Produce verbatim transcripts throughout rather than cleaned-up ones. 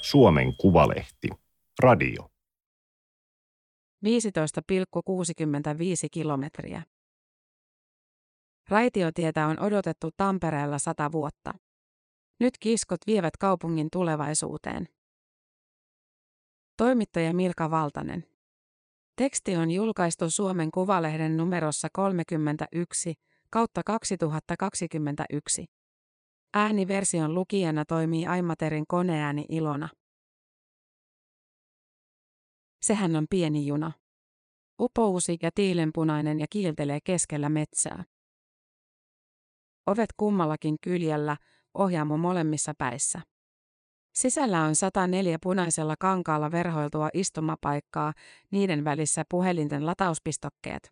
Suomen Kuvalehti. Radio. viisitoista pilkku kuusikymmentäviisi kilometriä. Raitiotietä on odotettu Tampereella sata vuotta. Nyt kiskot vievät kaupungin tulevaisuuteen. Toimittaja Milka Valtanen. Teksti on julkaistu Suomen Kuvalehden numerossa kolmekymmentäyksi kautta kaksituhattakaksikymmentäyksi. Ääniversion lukijana toimii Aimaterin koneääni Ilona. Sehän on pieni juna. Upousi ja tiilenpunainen ja kiiltelee keskellä metsää. Ovet kummallakin kyljellä, ohjaamo molemmissa päissä. Sisällä on sata neljä punaisella kankaalla verhoiltua istumapaikkaa, niiden välissä puhelinten latauspistokkeet.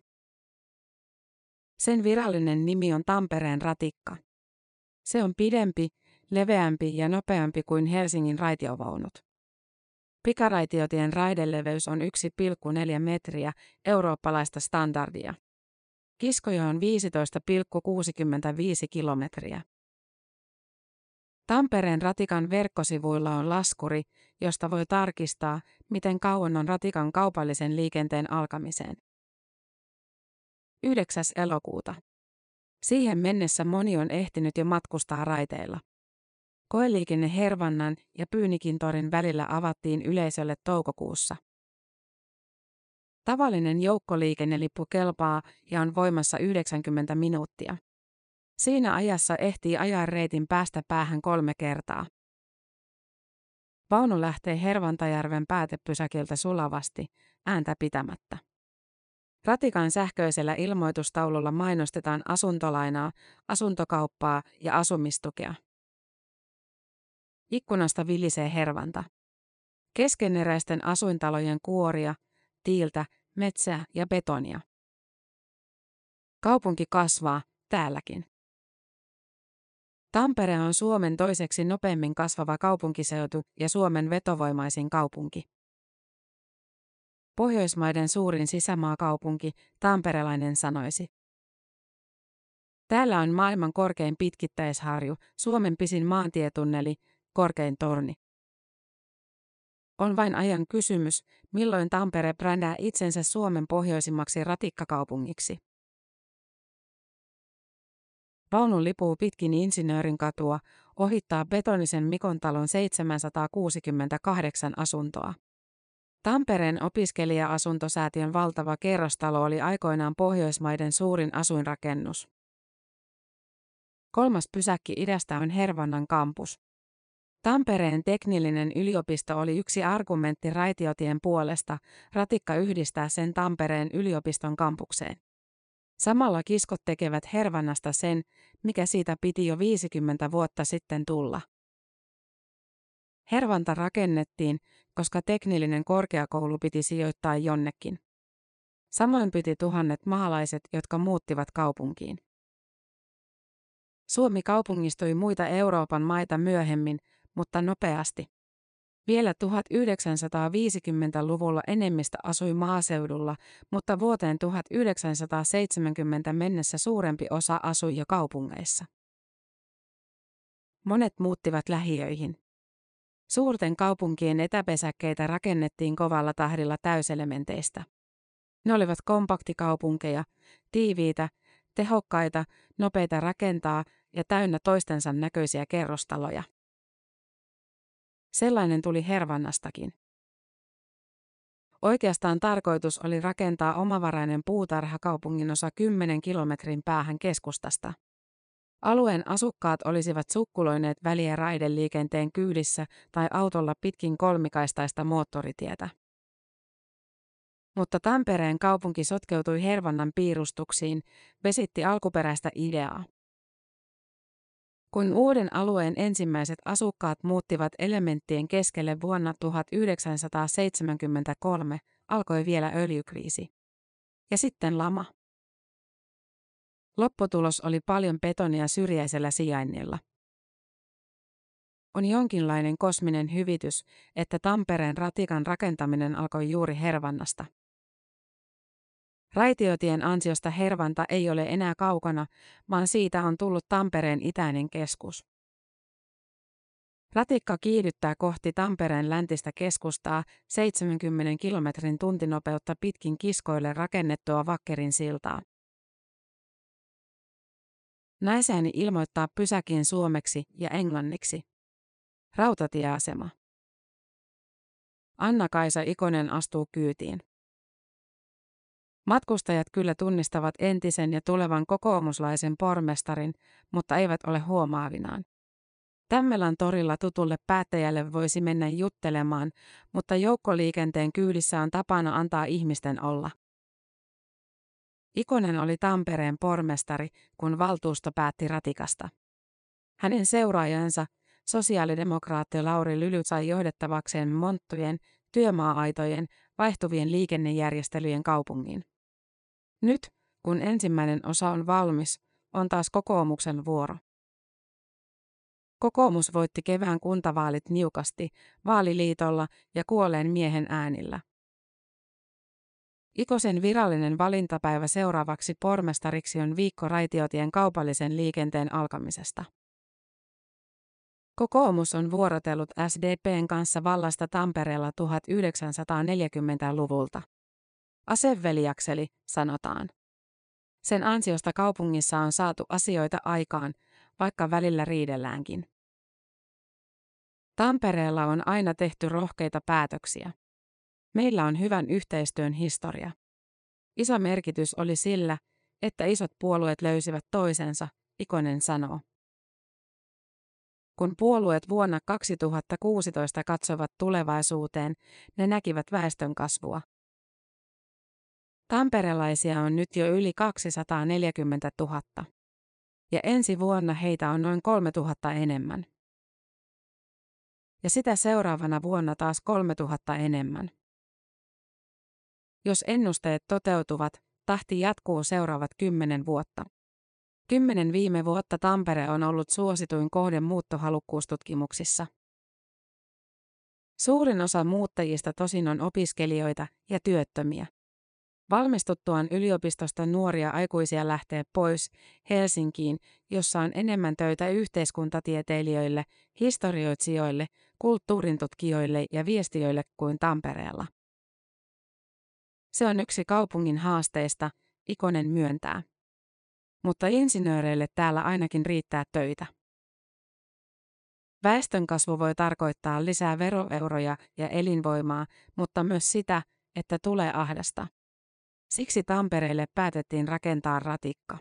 Sen virallinen nimi on Tampereen ratikka. Se on pidempi, leveämpi ja nopeampi kuin Helsingin raitiovaunut. Pikaraitiotien raideleveys on yksi pilkku neljä metriä, eurooppalaista standardia. Kiskoja on viisitoista pilkku kuusikymmentäviisi kilometriä. Tampereen ratikan verkkosivuilla on laskuri, josta voi tarkistaa, miten kauan on ratikan kaupallisen liikenteen alkamiseen. yhdeksäs elokuuta. Siihen mennessä moni on ehtinyt jo matkustaa raiteilla. Koeliikenne Hervannan ja Pyynikintorin välillä avattiin yleisölle toukokuussa. Tavallinen joukkoliikennelippu kelpaa ja on voimassa yhdeksänkymmentä minuuttia. Siinä ajassa ehtii ajaa reitin päästä päähän kolme kertaa. Vaunu lähtee Hervantajärven päätepysäkiltä sulavasti, ääntä pitämättä. Ratikan sähköisellä ilmoitustaululla mainostetaan asuntolainaa, asuntokauppaa ja asumistukea. Ikkunasta vilisee Hervanta. Keskeneräisten asuintalojen kuoria, tiiltä, metsää ja betonia. Kaupunki kasvaa, täälläkin. Tampere on Suomen toiseksi nopeimmin kasvava kaupunkiseutu ja Suomen vetovoimaisin kaupunki. Pohjoismaiden suurin sisämaakaupunki, tamperelainen sanoisi. Täällä on maailman korkein pitkittäisharju, Suomen pisin maantietunneli, korkein torni. On vain ajan kysymys, milloin Tampere brändää itsensä Suomen pohjoisimmaksi ratikkakaupungiksi. Vaunu lipuu pitkin Insinöörin katua, ohittaa betonisen Mikon talon seitsemänsataakuusikymmentäkahdeksan asuntoa. Tampereen opiskelija-asuntosäätiön valtava kerrostalo oli aikoinaan Pohjoismaiden suurin asuinrakennus. Kolmas pysäkki idästä on Hervannan kampus. Tampereen teknillinen yliopisto oli yksi argumentti raitiotien puolesta, ratikka yhdistää sen Tampereen yliopiston kampukseen. Samalla kiskot tekevät Hervannasta sen, mikä siitä piti jo viisikymmentä vuotta sitten tulla. Hervanta rakennettiin, koska teknillinen korkeakoulu piti sijoittaa jonnekin. Samoin piti tuhannet maalaiset, jotka muuttivat kaupunkiin. Suomi kaupungistui muita Euroopan maita myöhemmin, mutta nopeasti. Vielä tuhatyhdeksänsataaviisikymmentäluvulla enemmistö asui maaseudulla, mutta vuoteen tuhatyhdeksänsataaseitsemänkymmentä mennessä suurempi osa asui jo kaupungeissa. Monet muuttivat lähiöihin. Suurten kaupunkien etäpesäkkeitä rakennettiin kovalla tahdilla täyselementeistä. Ne olivat kompaktikaupunkeja, tiiviitä, tehokkaita, nopeita rakentaa ja täynnä toistensa näköisiä kerrostaloja. Sellainen tuli Hervannastakin. Oikeastaan tarkoitus oli rakentaa omavarainen puutarha kaupunginosa kymmenen kilometrin päähän keskustasta. Alueen asukkaat olisivat sukkuloineet väliä raideliikenteen kyydissä tai autolla pitkin kolmikaistaista moottoritietä. Mutta Tampereen kaupunki sotkeutui Hervannan piirustuksiin, vesitti alkuperäistä ideaa. Kun uuden alueen ensimmäiset asukkaat muuttivat elementtien keskelle vuonna tuhatyhdeksänsataaseitsemänkymmentäkolme, alkoi vielä öljykriisi. Ja sitten lama. Lopputulos oli paljon betonia syrjäisellä sijainnilla. On jonkinlainen kosminen hyvitys, että Tampereen ratikan rakentaminen alkoi juuri Hervannasta. Raitiotien ansiosta Hervanta ei ole enää kaukana, vaan siitä on tullut Tampereen itäinen keskus. Ratikka kiihdyttää kohti Tampereen läntistä keskustaa seitsemänkymmentä kilometrin tuntinopeutta pitkin kiskoille rakennettua Vakkerin siltaa. Naisääni ilmoittaa pysäkin suomeksi ja englanniksi. Rautatieasema. Anna-Kaisa Ikonen astuu kyytiin. Matkustajat kyllä tunnistavat entisen ja tulevan kokoomuslaisen pormestarin, mutta eivät ole huomaavinaan. Tämmelän torilla tutulle päättäjälle voisi mennä juttelemaan, mutta joukkoliikenteen kyydissä on tapana antaa ihmisten olla. Ikonen oli Tampereen pormestari, kun valtuusto päätti ratikasta. Hänen seuraajansa, sosiaalidemokraatti Lauri Lyly, sai johdettavakseen monttujen, työmaa-aitojen, vaihtuvien liikennejärjestelyjen kaupungin. Nyt, kun ensimmäinen osa on valmis, on taas kokoomuksen vuoro. Kokoomus voitti kevään kuntavaalit niukasti, vaaliliitolla ja kuolleen miehen äänillä. Ikosen virallinen valintapäivä seuraavaksi pormestariksi on viikko raitiotien kaupallisen liikenteen alkamisesta. Kokoomus on vuorotellut S D P:n kanssa vallasta Tampereella tuhatyhdeksänsataaneljäkymmentäluvulta. Aseveljakseli, sanotaan. Sen ansiosta kaupungissa on saatu asioita aikaan, vaikka välillä riidelläänkin. Tampereella on aina tehty rohkeita päätöksiä. Meillä on hyvän yhteistyön historia. Iso merkitys oli sillä, että isot puolueet löysivät toisensa, Ikonen sanoo. Kun puolueet vuonna kaksituhattakuusitoista katsovat tulevaisuuteen, ne näkivät väestönkasvua. Tamperelaisia on nyt jo yli kaksisataaneljäkymmentätuhatta. Ja ensi vuonna heitä on noin kolmetuhatta enemmän. Ja sitä seuraavana vuonna taas kolmetuhatta enemmän. Jos ennusteet toteutuvat, tahti jatkuu seuraavat kymmenen vuotta. Kymmenen viime vuotta Tampere on ollut suosituin kohde muuttohalukkuustutkimuksissa. Suurin osa muuttajista tosin on opiskelijoita ja työttömiä. Valmistuttuaan yliopistosta nuoria aikuisia lähtee pois Helsinkiin, jossa on enemmän töitä yhteiskuntatieteilijöille, historioitsijoille, kulttuurintutkijoille ja viestijöille kuin Tampereella. Se on yksi kaupungin haasteista, Ikonen myöntää. Mutta insinööreille täällä ainakin riittää töitä. Väestönkasvu voi tarkoittaa lisää veroeuroja ja elinvoimaa, mutta myös sitä, että tulee ahdasta. Siksi Tampereelle päätettiin rakentaa ratikka.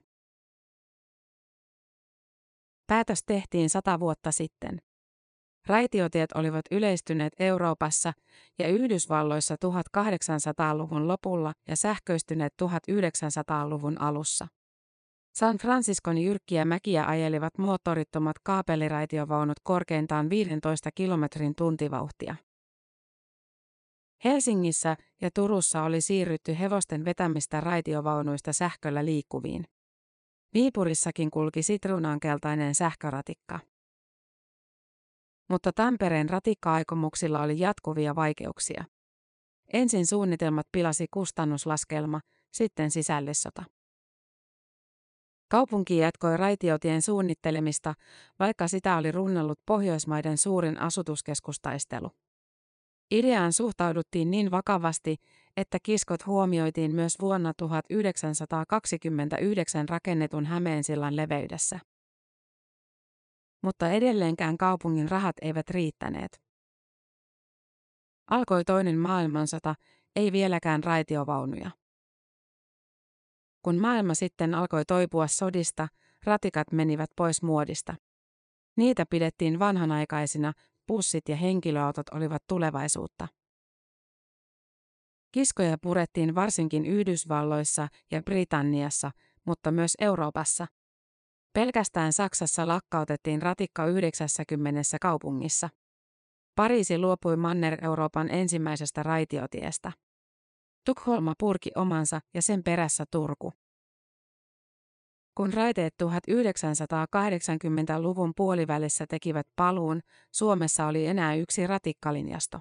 Päätös tehtiin sata vuotta sitten. Raitiotiet olivat yleistyneet Euroopassa ja Yhdysvalloissa tuhatkahdeksansataaluvun lopulla ja sähköistyneet tuhatyhdeksänsataaluvun alussa. San Franciscon jyrkkiä mäkiä ajelivat moottorittomat kaapeliraitiovaunut korkeintaan viisitoista kilometrin tuntivauhtia. Helsingissä ja Turussa oli siirrytty hevosten vetämistä raitiovaunuista sähköllä liikkuviin. Viipurissakin kulki sitruunankeltainen sähköratikka. Mutta Tampereen ratikka-aikomuksilla oli jatkuvia vaikeuksia. Ensin suunnitelmat pilasi kustannuslaskelma, sitten sisällissota. Kaupunki jatkoi raitiotien suunnittelemista, vaikka sitä oli runnellut Pohjoismaiden suurin asutuskeskustaistelu. Ideaan suhtauduttiin niin vakavasti, että kiskot huomioitiin myös vuonna tuhatyhdeksänsataakaksikymmentäyhdeksän rakennetun Hämeensillan leveydessä. Mutta edelleenkään kaupungin rahat eivät riittäneet. Alkoi toinen maailmansota, ei vieläkään raitiovaunuja. Kun maailma sitten alkoi toipua sodista, ratikat menivät pois muodista. Niitä pidettiin vanhanaikaisina, bussit ja henkilöautot olivat tulevaisuutta. Kiskoja purettiin varsinkin Yhdysvalloissa ja Britanniassa, mutta myös Euroopassa. Pelkästään Saksassa lakkautettiin ratikka yhdeksässäkymmenessä kaupungissa. Pariisi luopui Manner-Euroopan ensimmäisestä raitiotiestä. Tukholma purki omansa ja sen perässä Turku. Kun raiteet tuhatyhdeksänsataakahdeksankymmentäluvun puolivälissä tekivät paluun, Suomessa oli enää yksi ratikkalinjasto.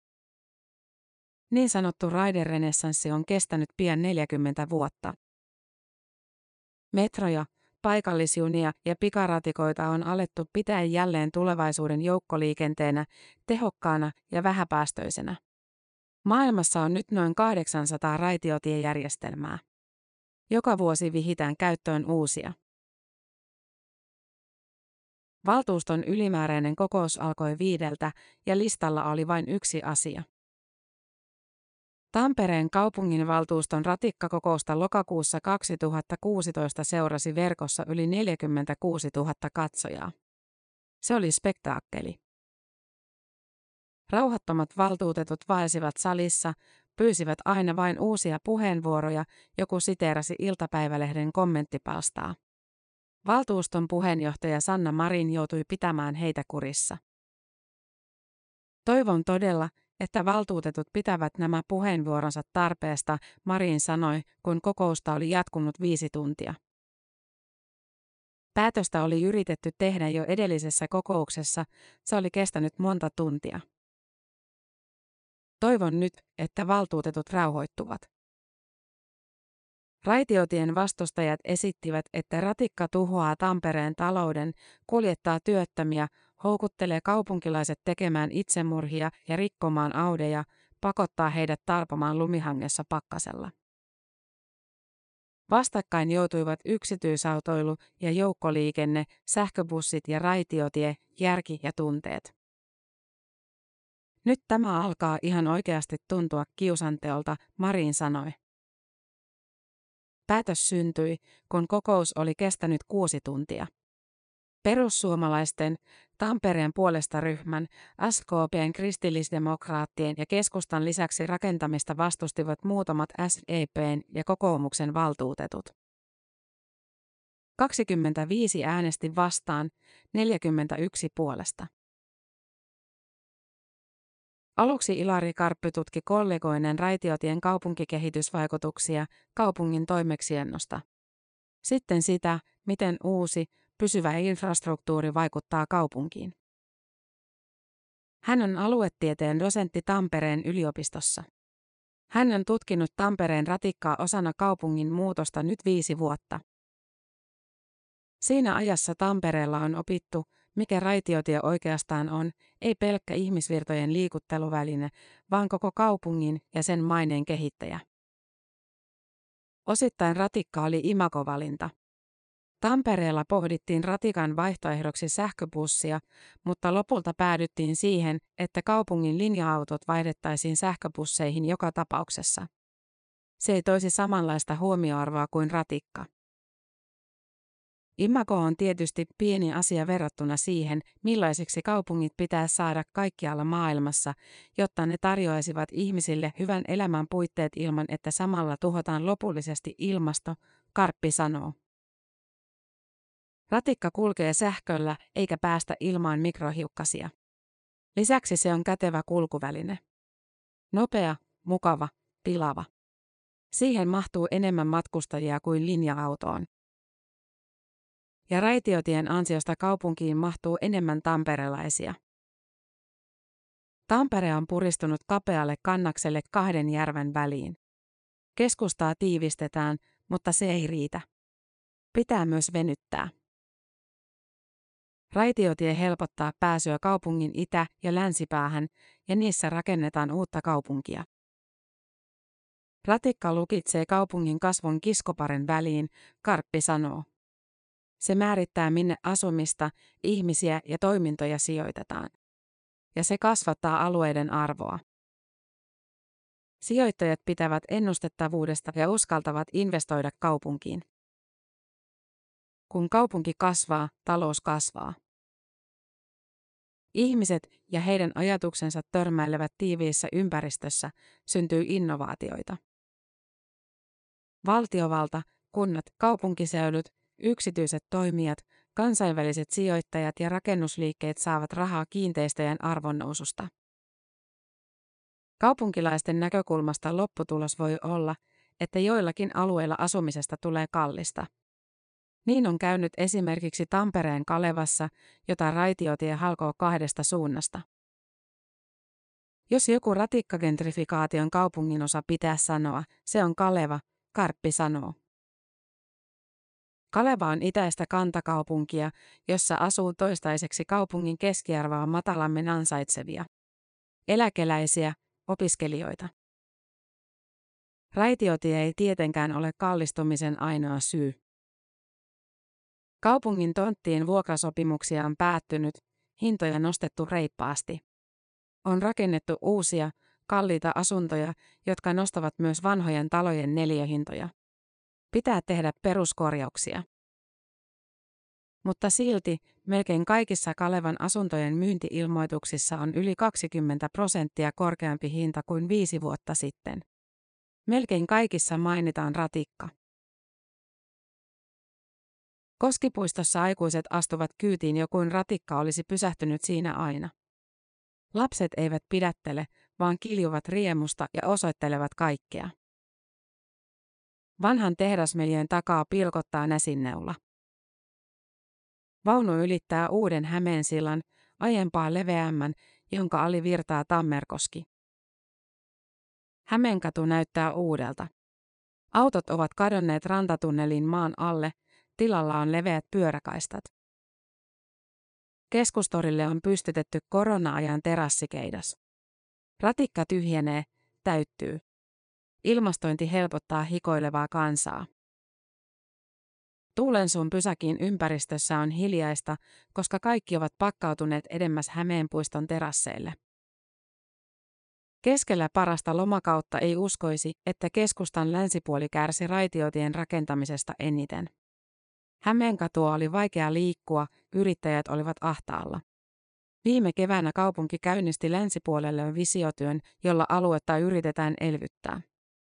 Niin sanottu raiderenessanssi on kestänyt pian neljäkymmentä vuotta. Metroja, paikallisjunia ja pikaratikoita on alettu pitää jälleen tulevaisuuden joukkoliikenteenä, tehokkaana ja vähäpäästöisenä. Maailmassa on nyt noin kahdeksansataa raitiotiejärjestelmää. Joka vuosi vihitään käyttöön uusia. Valtuuston ylimääräinen kokous alkoi viideltä ja listalla oli vain yksi asia. Tampereen kaupunginvaltuuston ratikkakokousta lokakuussa kaksituhattakuusitoista seurasi verkossa yli neljäkymmentäkuusituhatta katsojaa. Se oli spektaakkeli. Rauhattomat valtuutetut vaelsivat salissa, pyysivät aina vain uusia puheenvuoroja, joku siteerasi iltapäivälehden kommenttipalstaa. Valtuuston puheenjohtaja Sanna Marin joutui pitämään heitä kurissa. Toivon todella, että valtuutetut pitävät nämä puheenvuoronsa tarpeesta, Marin sanoi, kun kokousta oli jatkunut viisi tuntia. Päätöstä oli yritetty tehdä jo edellisessä kokouksessa, se oli kestänyt monta tuntia. Toivon nyt, että valtuutetut rauhoittuvat. Raitiotien vastustajat esittivät, että ratikka tuhoaa Tampereen talouden, kuljettaa työttömiä, houkuttelee kaupunkilaiset tekemään itsemurhia ja rikkomaan audeja, pakottaa heidät talpamaan lumihangessa pakkasella. Vastakkain joutuivat yksityisautoilu ja joukkoliikenne, sähköbussit ja raitiotie, järki ja tunteet. Nyt tämä alkaa ihan oikeasti tuntua kiusanteolta, Marin sanoi. Päätös syntyi, kun kokous oli kestänyt kuusi tuntia. Perussuomalaisten, Tampereen puolesta ryhmän, S K P:n, kristillisdemokraattien ja keskustan lisäksi rakentamista vastustivat muutamat S D P:n ja kokoomuksen valtuutetut. kaksikymmentäviisi äänesti vastaan, neljäkymmentäyksi puolesta. Aluksi Ilari Karppi tutki kollegoinen raitiotien kaupunkikehitysvaikutuksia kaupungin toimeksiannosta. Sitten sitä, miten uusi, pysyvä infrastruktuuri vaikuttaa kaupunkiin. Hän on aluetieteen dosentti Tampereen yliopistossa. Hän on tutkinut Tampereen ratikkaa osana kaupungin muutosta nyt viisi vuotta. Siinä ajassa Tampereella on opittu, mikä raitiotie oikeastaan on, ei pelkkä ihmisvirtojen liikutteluväline, vaan koko kaupungin ja sen maineen kehittäjä. Osittain ratikka oli imagovalinta. Tampereella pohdittiin ratikan vaihtoehdoksi sähköbussia, mutta lopulta päädyttiin siihen, että kaupungin linja-autot vaihdettaisiin sähköbusseihin joka tapauksessa. Se ei toisi samanlaista huomioarvoa kuin ratikka. Imago on tietysti pieni asia verrattuna siihen, millaiseksi kaupungit pitää saada kaikkialla maailmassa, jotta ne tarjoaisivat ihmisille hyvän elämän puitteet ilman, että samalla tuhotaan lopullisesti ilmasto, Karppi sanoo. Ratikka kulkee sähköllä eikä päästä ilmaan mikrohiukkasia. Lisäksi se on kätevä kulkuväline. Nopea, mukava, tilava. Siihen mahtuu enemmän matkustajia kuin linja-autoon. Ja raitiotien ansiosta kaupunkiin mahtuu enemmän tamperelaisia. Tampere on puristunut kapealle kannakselle kahden järven väliin. Keskustaa tiivistetään, mutta se ei riitä. Pitää myös venyttää. Raitiotie helpottaa pääsyä kaupungin itä- ja länsipäähän, ja niissä rakennetaan uutta kaupunkia. Ratikka lukitsee kaupungin kasvon kiskoparen väliin, Karppi sanoo. Se määrittää, minne asumista, ihmisiä ja toimintoja sijoitetaan. Ja se kasvattaa alueiden arvoa. Sijoittajat pitävät ennustettavuudesta ja uskaltavat investoida kaupunkiin. Kun kaupunki kasvaa, talous kasvaa. Ihmiset ja heidän ajatuksensa törmäilevät tiiviissä ympäristössä, syntyy innovaatioita. Valtiovalta, kunnat, kaupunkiseudut, yksityiset toimijat, kansainväliset sijoittajat ja rakennusliikkeet saavat rahaa kiinteistöjen arvonnoususta. Kaupunkilaisten näkökulmasta lopputulos voi olla, että joillakin alueilla asumisesta tulee kallista. Niin on käynyt esimerkiksi Tampereen Kalevassa, jota raitiotie halkoo kahdesta suunnasta. Jos joku ratikkagentrifikaation kaupunginosa pitää sanoa, se on Kaleva, Karppi sanoo. Kaleva on itäistä kantakaupunkia, jossa asuu toistaiseksi kaupungin keskiarvoa matalammin ansaitsevia. Eläkeläisiä, opiskelijoita. Raitiotie ei tietenkään ole kallistumisen ainoa syy. Kaupungin tonttien vuokrasopimuksia on päättynyt, hintoja nostettu reippaasti. On rakennettu uusia, kalliita asuntoja, jotka nostavat myös vanhojen talojen neliöhintoja. Pitää tehdä peruskorjauksia. Mutta silti, melkein kaikissa Kalevan asuntojen myynti-ilmoituksissa on yli kaksikymmentä prosenttia korkeampi hinta kuin viisi vuotta sitten. Melkein kaikissa mainitaan ratikka. Koskipuistossa aikuiset astuvat kyytiin jo kuin ratikka olisi pysähtynyt siinä aina. Lapset eivät pidättele, vaan kiljuvat riemusta ja osoittelevat kaikkea. Vanhan tehdasmiljöön takaa pilkottaa näsinneula. Vaunu ylittää uuden Hämeensillan, aiempaa leveämmän, jonka ali virtaa Tammerkoski. Hämeenkatu näyttää uudelta. Autot ovat kadonneet rantatunnelin maan alle, tilalla on leveät pyöräkaistat. Keskustorille on pystytetty korona-ajan terassikeidas. Ratikka tyhjenee, täyttyy. Ilmastointi helpottaa hikoilevaa kansaa. Tuulensuun pysäkin ympäristössä on hiljaista, koska kaikki ovat pakkautuneet edemmäs Hämeenpuiston terasseille. Keskellä parasta lomakautta ei uskoisi, että keskustan länsipuoli kärsi raitiotien rakentamisesta eniten. Hämeenkatua oli vaikea liikkua, yrittäjät olivat ahtaalla. Viime keväänä kaupunki käynnisti länsipuolelle visiotyön, jolla aluetta yritetään elvyttää.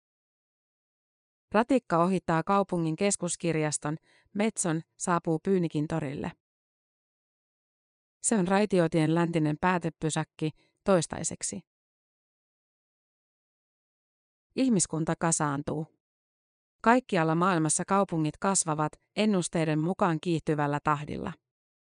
Ratikka ohittaa kaupungin keskuskirjaston, Metson, saapuu Pyynikin torille. Se on raitiotien läntinen päätepysäkki, toistaiseksi. Ihmiskunta kasaantuu. Kaikkialla maailmassa kaupungit kasvavat, ennusteiden mukaan kiihtyvällä tahdilla.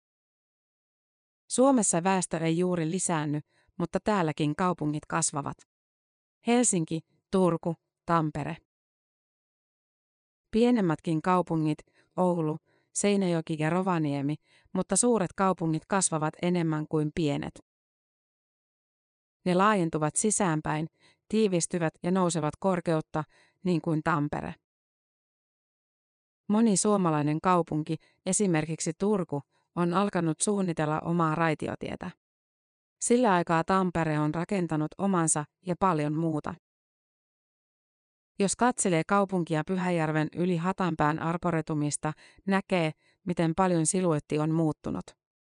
Suomessa väestö ei juuri lisäänny, mutta täälläkin kaupungit kasvavat. Helsinki, Turku, Tampere. Pienemmätkin kaupungit, Oulu, Seinäjoki ja Rovaniemi, mutta suuret kaupungit kasvavat enemmän kuin pienet. Ne laajentuvat sisäänpäin, tiivistyvät ja nousevat korkeutta, niin kuin Tampere. Moni suomalainen kaupunki, esimerkiksi Turku, on alkanut suunnitella omaa raitiotietä. Sillä aikaa Tampere on rakentanut omansa ja paljon muuta. Jos katselee kaupunkia Pyhäjärven yli Hatanpään arboretumista, näkee, miten paljon siluetti on muuttunut.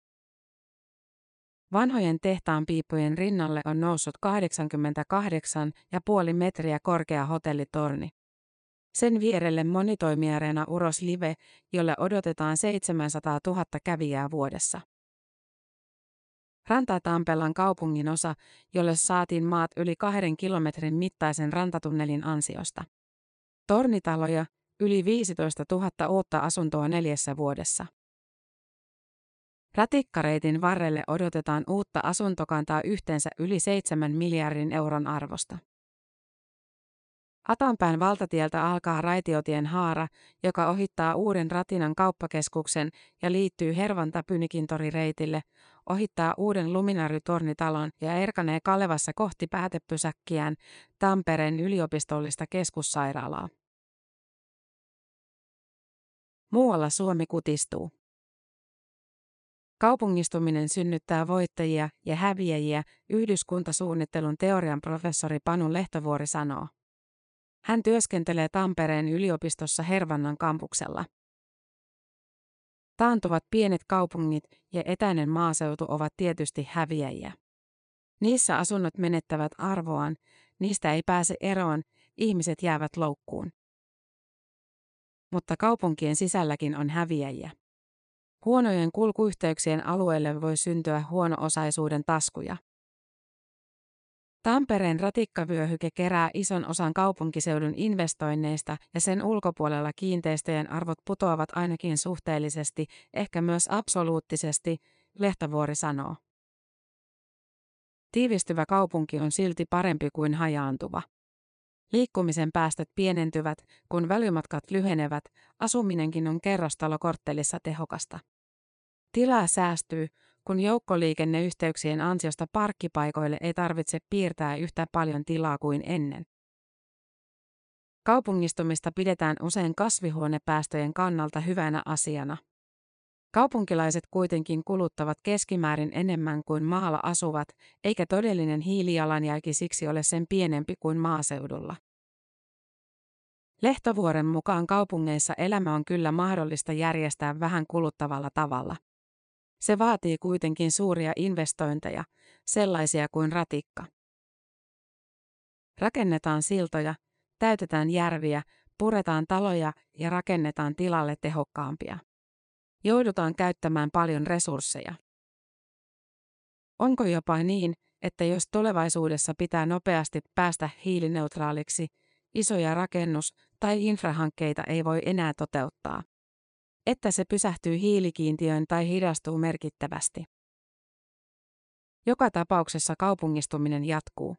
Vanhojen tehtaanpiippujen rinnalle on noussut kahdeksankymmentäkahdeksan pilkku viisi metriä korkea hotellitorni. Sen vierelle monitoimiareena Uros Live, jolle odotetaan seitsemänsataatuhatta kävijää vuodessa. Ranta-Tampelan kaupungin osa, jolle saatiin maat yli kahden kilometrin mittaisen rantatunnelin ansiosta. Tornitaloja, yli viisitoistatuhatta uutta asuntoa neljässä vuodessa. Ratikkareitin varrelle odotetaan uutta asuntokantaa yhteensä yli seitsemän miljardin euron arvosta. Hatanpään valtatieltä alkaa raitiotien haara, joka ohittaa uuden Ratinan kauppakeskuksen ja liittyy Hervanta-Pynikintori-reitille, ohittaa uuden Luminary-tornitalon ja erkanee Kalevassa kohti päätepysäkkiään, Tampereen yliopistollista keskussairaalaa. Muualla Suomi kutistuu. Kaupungistuminen synnyttää voittajia ja häviäjiä, yhdyskuntasuunnittelun teorian professori Panu Lehtovuori sanoo. Hän työskentelee Tampereen yliopistossa Hervannan kampuksella. Taantuvat pienet kaupungit ja etäinen maaseutu ovat tietysti häviäjiä. Niissä asunnot menettävät arvoaan, niistä ei pääse eroon, ihmiset jäävät loukkuun. Mutta kaupunkien sisälläkin on häviäjiä. Huonojen kulkuyhteyksien alueelle voi syntyä huono-osaisuuden taskuja. Tampereen ratikkavyöhyke kerää ison osan kaupunkiseudun investoinneista ja sen ulkopuolella kiinteistöjen arvot putoavat ainakin suhteellisesti, ehkä myös absoluuttisesti, Lehtovuori sanoo. Tiivistyvä kaupunki on silti parempi kuin hajaantuva. Liikkumisen päästöt pienentyvät, kun välimatkat lyhenevät, asuminenkin on kerrostalokorttelissa tehokasta. Tilaa säästyy, kun joukkoliikenneyhteyksien ansiosta parkkipaikoille ei tarvitse piirtää yhtä paljon tilaa kuin ennen. Kaupungistumista pidetään usein kasvihuonepäästöjen kannalta hyvänä asiana. Kaupunkilaiset kuitenkin kuluttavat keskimäärin enemmän kuin maalla asuvat, eikä todellinen hiilijalanjälki siksi ole sen pienempi kuin maaseudulla. Lehtovuoren mukaan kaupungeissa elämä on kyllä mahdollista järjestää vähän kuluttavalla tavalla. Se vaatii kuitenkin suuria investointeja, sellaisia kuin ratikka. Rakennetaan siltoja, täytetään järviä, puretaan taloja ja rakennetaan tilalle tehokkaampia. Joudutaan käyttämään paljon resursseja. Onko jopa niin, että jos tulevaisuudessa pitää nopeasti päästä hiilineutraaliksi, isoja rakennus- tai infrahankkeita ei voi enää toteuttaa? Että se pysähtyy hiilikiintiöön tai hidastuu merkittävästi. Joka tapauksessa kaupungistuminen jatkuu.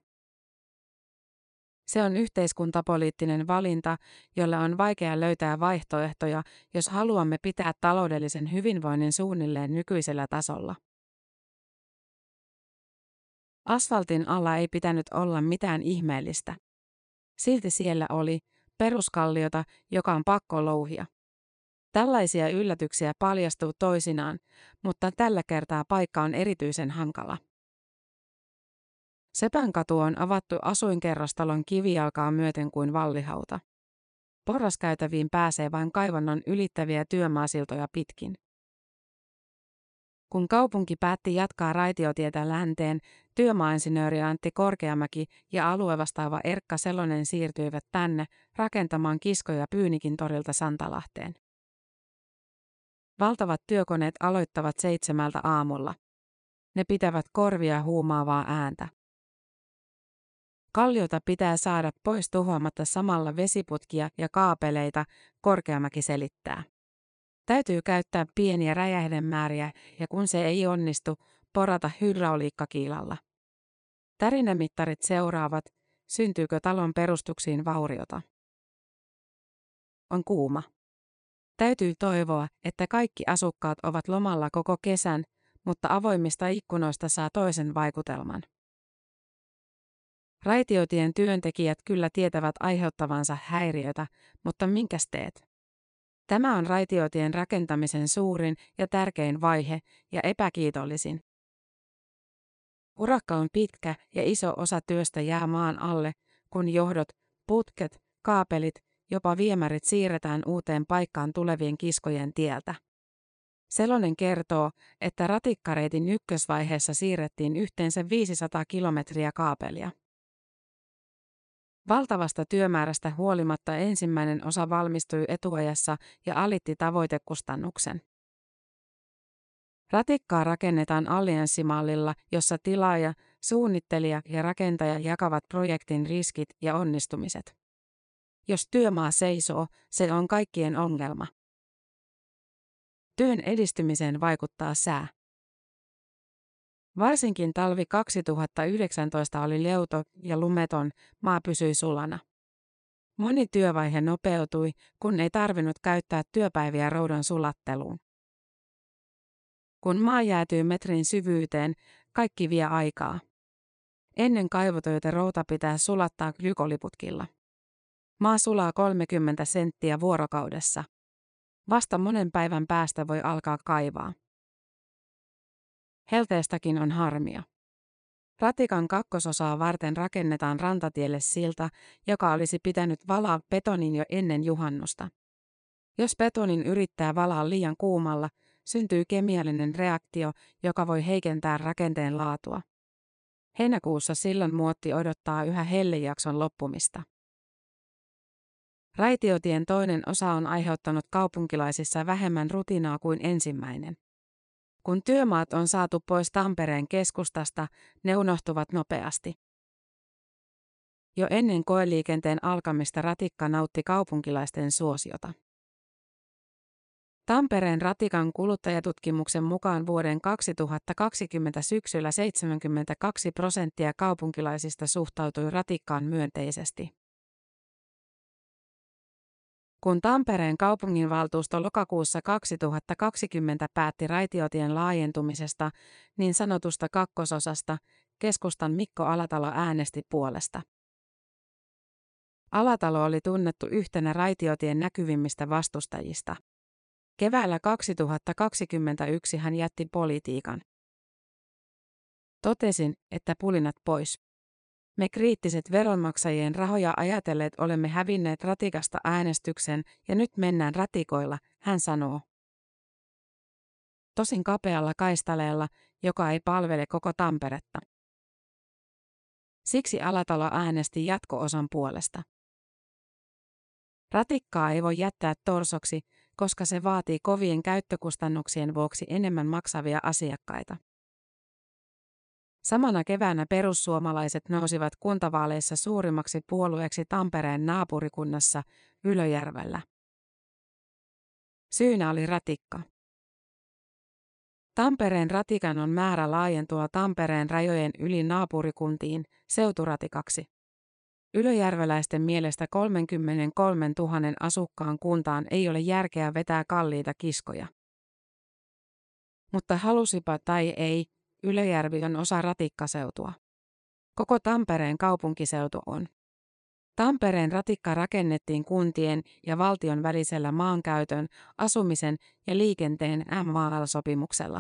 Se on yhteiskuntapoliittinen valinta, jolle on vaikea löytää vaihtoehtoja, jos haluamme pitää taloudellisen hyvinvoinnin suunnilleen nykyisellä tasolla. Asfaltin alla ei pitänyt olla mitään ihmeellistä. Silti siellä oli peruskalliota, joka on pakko louhia. Tällaisia yllätyksiä paljastuu toisinaan, mutta tällä kertaa paikka on erityisen hankala. Sepänkatu on avattu asuinkerrostalon kivijalkaa myöten kuin vallihauta. Porraskäytäviin pääsee vain kaivannon ylittäviä työmaasiltoja pitkin. Kun kaupunki päätti jatkaa raitiotietä länteen, työmaainsinööri Antti Korkeamäki ja aluevastaava Erkka Selonen siirtyivät tänne rakentamaan kiskoja Pyynikin torilta Santalahteen. Valtavat työkoneet aloittavat seitsemältä aamulla. Ne pitävät korvia huumaavaa ääntä. Kalliota pitää saada pois tuhoamatta samalla vesiputkia ja kaapeleita, Korkeamäki selittää. Täytyy käyttää pieniä räjähdemääriä ja kun se ei onnistu, porata hydrauliikkakiilalla. Tärinämittarit seuraavat, syntyykö talon perustuksiin vauriota. On kuuma. Täytyy toivoa, että kaikki asukkaat ovat lomalla koko kesän, mutta avoimista ikkunoista saa toisen vaikutelman. Raitiotien työntekijät kyllä tietävät aiheuttavansa häiriötä, mutta minkäs teet? Tämä on raitiotien rakentamisen suurin ja tärkein vaihe ja epäkiitollisin. Urakka on pitkä ja iso osa työstä jää maan alle, kun johdot, putket, kaapelit, jopa viemärit siirretään uuteen paikkaan tulevien kiskojen tieltä. Selonen kertoo, että ratikkareitin ykkösvaiheessa siirrettiin yhteensä viisisataa kilometriä kaapelia. Valtavasta työmäärästä huolimatta ensimmäinen osa valmistui etuajassa ja alitti tavoitekustannuksen. Ratikkaa rakennetaan allianssimallilla, jossa tilaaja, suunnittelija ja rakentaja jakavat projektin riskit ja onnistumiset. Jos työmaa seisoo, se on kaikkien ongelma. Työn edistymiseen vaikuttaa sää. Varsinkin talvi kaksituhattayhdeksäntoista oli leuto ja lumeton, maa pysyi sulana. Moni työvaihe nopeutui, kun ei tarvinnut käyttää työpäiviä roudan sulatteluun. Kun maa jäätyy metrin syvyyteen, kaikki vie aikaa. Ennen kaivotöitä routa pitää sulattaa glykoliputkilla. Maa sulaa kolmekymmentä senttiä vuorokaudessa. Vasta monen päivän päästä voi alkaa kaivaa. Helteestäkin on harmia. Ratikan kakkososaa varten rakennetaan rantatielle silta, joka olisi pitänyt valaa betonin jo ennen juhannusta. Jos betonin yrittää valaa liian kuumalla, syntyy kemiallinen reaktio, joka voi heikentää rakenteen laatua. Heinäkuussa sillan muotti odottaa yhä hellejakson loppumista. Raitiotien toinen osa on aiheuttanut kaupunkilaisissa vähemmän rutinaa kuin ensimmäinen. Kun työmaat on saatu pois Tampereen keskustasta, ne unohtuvat nopeasti. Jo ennen koeliikenteen alkamista ratikka nautti kaupunkilaisten suosiota. Tampereen ratikan kuluttajatutkimuksen mukaan vuoden kaksituhattakaksikymmentä syksyllä seitsemänkymmentäkaksi prosenttia kaupunkilaisista suhtautui ratikkaan myönteisesti. Kun Tampereen kaupunginvaltuusto lokakuussa kaksituhattakaksikymmentä päätti raitiotien laajentumisesta, niin sanotusta kakkososasta, keskustan Mikko Alatalo äänesti puolesta. Alatalo oli tunnettu yhtenä raitiotien näkyvimmistä vastustajista. Keväällä kaksituhattakaksikymmentäyksi hän jätti politiikan. Totesin, että pulinat pois. Me kriittiset veronmaksajien rahoja ajatelleet olemme hävinneet ratikasta äänestyksen ja nyt mennään ratikoilla, hän sanoo. Tosin kapealla kaistaleella, joka ei palvele koko Tamperetta. Siksi Alatalo äänesti jatko-osan puolesta. Ratikkaa ei voi jättää torsoksi, koska se vaatii kovien käyttökustannuksien vuoksi enemmän maksavia asiakkaita. Samana keväänä perussuomalaiset nousivat kuntavaaleissa suurimmaksi puolueeksi Tampereen naapurikunnassa Ylöjärvellä. Syynä oli ratikka. Tampereen ratikan on määrä laajentua Tampereen rajojen yli naapurikuntiin seuturatikaksi. Ylöjärveläisten mielestä kolmekymmentäkolmetuhatta asukkaan kuntaan ei ole järkeä vetää kalliita kiskoja. Mutta halusipa tai ei, Ylöjärvi on osa ratikkaseutua. Koko Tampereen kaupunkiseutu on. Tampereen ratikka rakennettiin kuntien ja valtion välisellä maankäytön, asumisen ja liikenteen M A L-sopimuksella.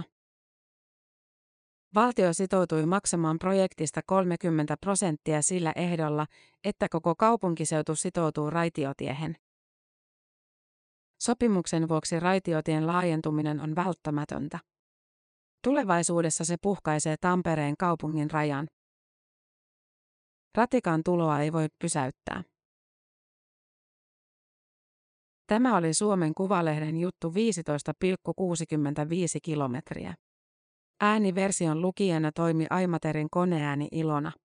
Valtio sitoutui maksamaan projektista kolmekymmentä prosenttia sillä ehdolla, että koko kaupunkiseutu sitoutuu raitiotiehen. Sopimuksen vuoksi raitiotien laajentuminen on välttämätöntä. Tulevaisuudessa se puhkaisee Tampereen kaupungin rajan. Ratikan tuloa ei voi pysäyttää. Tämä oli Suomen Kuvalehden juttu viisitoista pilkku kuusikymmentäviisi kilometriä. Ääniversion lukijana toimi Aimaterin koneääni Ilona.